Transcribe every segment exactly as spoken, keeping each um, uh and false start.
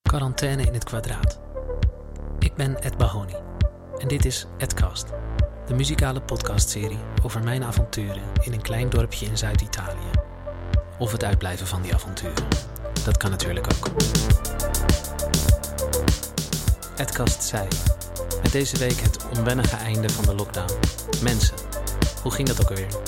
Quarantaine in het kwadraat. Ik ben Ed Bahoni en dit is Edcast, de muzikale podcastserie over mijn avonturen in een klein dorpje in Zuid-Italië. Of het uitblijven van die avonturen. Dat kan natuurlijk ook. Edcast zei, met deze week het onwennige einde van de lockdown. Mensen, hoe ging dat ook alweer?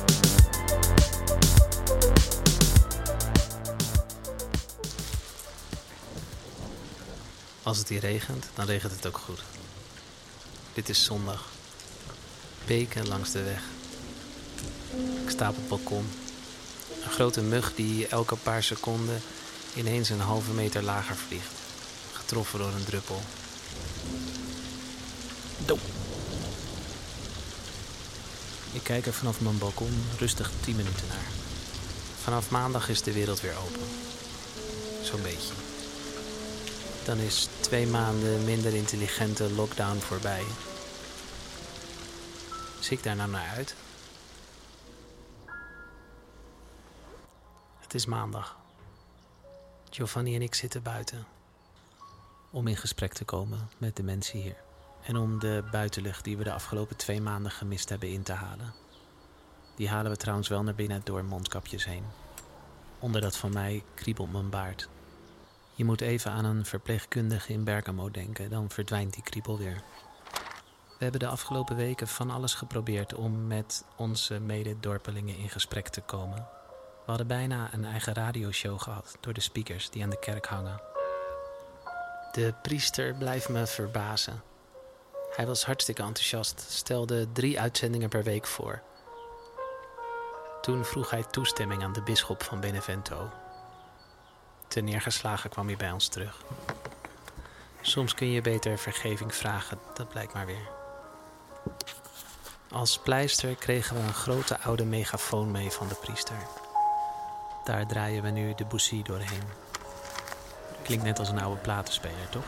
Als het hier regent, dan regent het ook goed. Dit is zondag. Beken langs de weg. Ik sta op het balkon. Een grote mug die elke paar seconden ineens een halve meter lager vliegt. Getroffen door een druppel. Do. Ik kijk er vanaf mijn balkon rustig tien minuten naar. Vanaf maandag is de wereld weer open. Zo'n beetje. Dan is twee maanden minder intelligente lockdown voorbij. Zie ik daar nou naar uit? Het is maandag. Giovanni en ik zitten buiten. Om in gesprek te komen met de mensen hier. En om de buitenlucht die we de afgelopen twee maanden gemist hebben in te halen. Die halen we trouwens wel naar binnen door mondkapjes heen. Onder dat van mij kriebelt mijn baard. Je moet even aan een verpleegkundige in Bergamo denken, dan verdwijnt die kriebel weer. We hebben de afgelopen weken van alles geprobeerd om met onze mededorpelingen in gesprek te komen. We hadden bijna een eigen radioshow gehad door de speakers die aan de kerk hangen. De priester blijft me verbazen. Hij was hartstikke enthousiast, stelde drie uitzendingen per week voor. Toen vroeg hij toestemming aan de bisschop van Benevento. Te neergeslagen kwam hij bij ons terug. Soms kun je beter vergeving vragen, dat blijkt maar weer. Als pleister kregen we een grote oude megafoon mee van de priester. Daar draaien we nu Debussy doorheen. Klinkt net als een oude platenspeler, toch?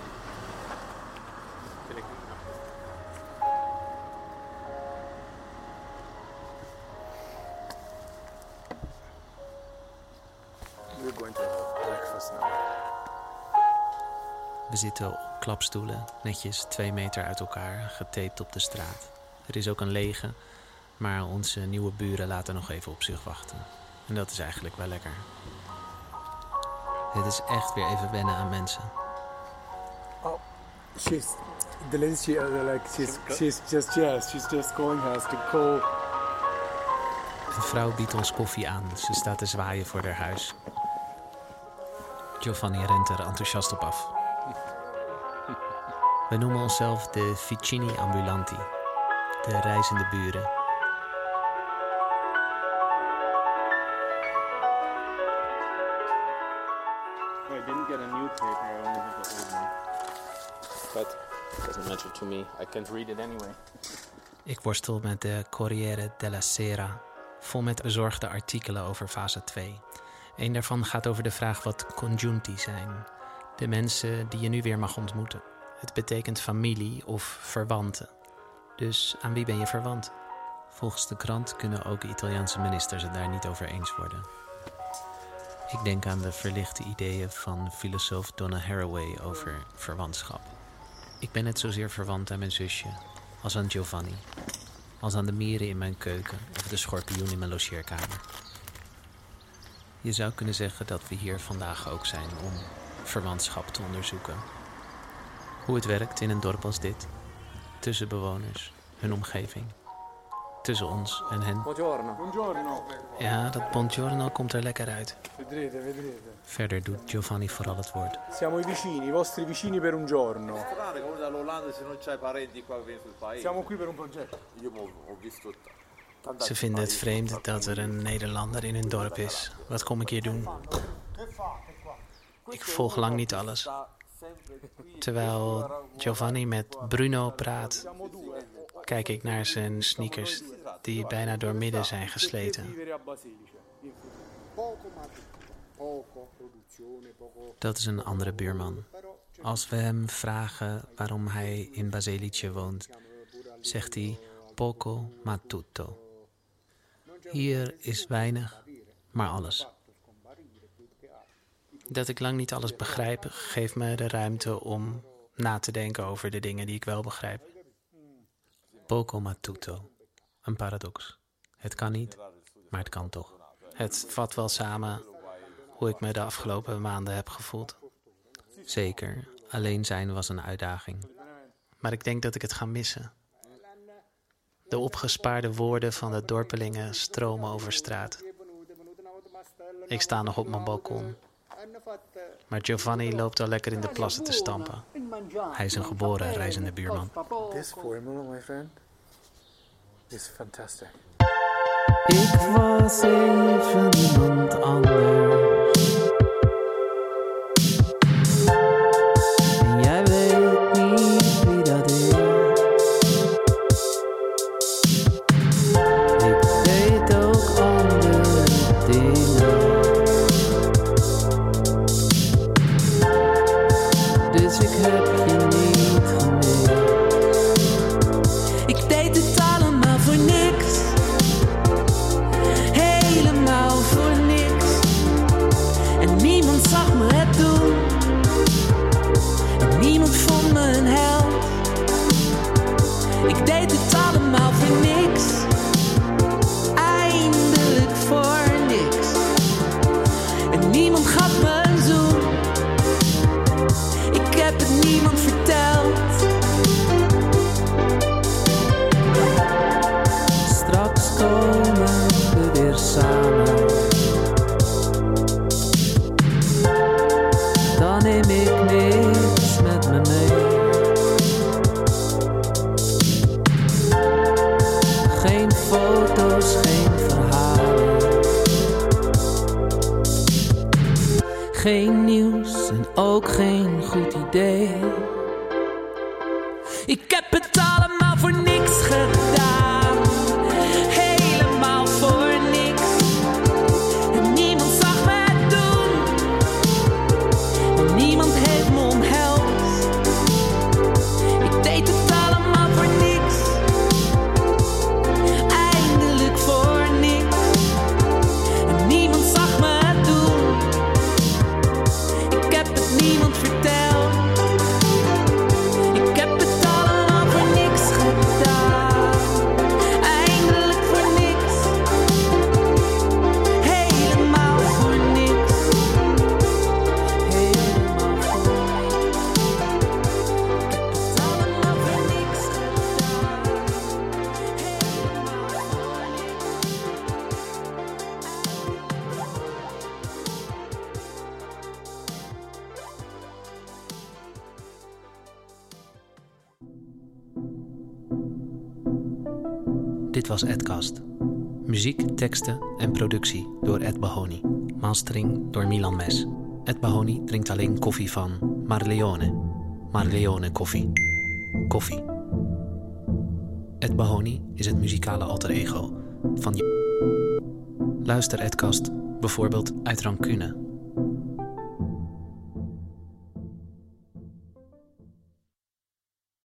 We zitten op klapstoelen, netjes twee meter uit elkaar, getaped op de straat. Er is ook een lege, maar onze nieuwe buren laten nog even op zich wachten. En dat is eigenlijk wel lekker. Het is echt weer even wennen aan mensen. Oh, she's the lady. She uh, like she's she's just yes, she's just calling us to call. Een vrouw biedt ons koffie aan. Ze staat te zwaaien voor haar huis. Giovanni rent er enthousiast op af. We noemen onszelf de Vicini Ambulanti, de reizende buren. I didn't get a newspaper, I only have the old one. But it doesn't matter to me, I can't read it anyway. Ik worstel met de Corriere della Sera, vol met bezorgde artikelen over fase twee. Eén daarvan gaat over de vraag wat congiunti zijn. De mensen die je nu weer mag ontmoeten. Het betekent familie of verwanten. Dus aan wie ben je verwant? Volgens de krant kunnen ook Italiaanse ministers het daar niet over eens worden. Ik denk aan de verlichte ideeën van filosoof Donna Haraway over verwantschap. Ik ben net zozeer verwant aan mijn zusje als aan Giovanni. Als aan de mieren in mijn keuken of de schorpioen in mijn logeerkamer. Je zou kunnen zeggen dat we hier vandaag ook zijn om verwantschap te onderzoeken. Hoe het werkt in een dorp als dit. Tussen bewoners, hun omgeving. Tussen ons en hen. Buongiorno. Buongiorno. Ja, dat buongiorno komt er lekker uit. Vedrete, vedrete. Verder doet Giovanni vooral het woord. Siamo i vicini, i vostri vicini per un giorno. Strano, come dall'Olanda se non c'hai parenti qua sul paese. Siamo qui per un progetto. Io ho visto. Ze vinden het vreemd dat er een Nederlander in hun dorp is. Wat kom ik hier doen? Ik volg lang niet alles. Terwijl Giovanni met Bruno praat, kijk ik naar zijn sneakers die bijna door midden zijn gesleten. Dat is een andere buurman. Als we hem vragen waarom hij in Baselice woont, zegt hij poco ma tutto. Hier is weinig, maar alles. Dat ik lang niet alles begrijp, geeft me de ruimte om na te denken over de dingen die ik wel begrijp. Poco ma tutto. Een paradox. Het kan niet, maar het kan toch. Het vat wel samen hoe ik me de afgelopen maanden heb gevoeld. Zeker, alleen zijn was een uitdaging. Maar ik denk dat ik het ga missen. De opgespaarde woorden van de dorpelingen stromen over straat. Ik sta nog op mijn balkon. Maar Giovanni loopt al lekker in de plassen te stampen. Hij is een geboren reizende buurman. This formula, my friend, is fantastic. Ik was even iemand anders. En jij weet niet wie dat is. Ik weet ook andere dingen. Dus ik heb je niet gemist. Ik deed het allemaal voor niks. Helemaal voor niks. En niemand zag me het doen. En niemand vond me een held. Ik deed het allemaal voor niks. Eindelijk voor niks. En niemand gaf me een zoen. Ik heb het niemand verteld. Straks komen we weer samen. Dan neem ik niks met me mee. Geen foto's, geen verhalen. Geen nieuws en ook geen goed idee. Ik heb het allemaal voor niks gedaan. Helemaal voor niks. En niemand zag me het doen. En niemand heeft me omhelst. Ik deed het allemaal voor niks. Eindelijk voor niks. En niemand zag me het doen. Ik heb het niemand verteld. Ik heb het allemaal voor niks gedaan. Eindelijk voor niks. Helemaal voor niks. Helemaal voor niks. Ik heb het allemaal voor niks gedaan. Helemaal voor Dit was Edcast. Muziek, teksten en productie door Ed Bahoni. Mastering door Milan Mes. Ed Bahoni drinkt alleen koffie van Marleone. Marleone koffie. Koffie. Ed Bahoni is het muzikale alter ego van je. Luister Edcast bijvoorbeeld uit rancune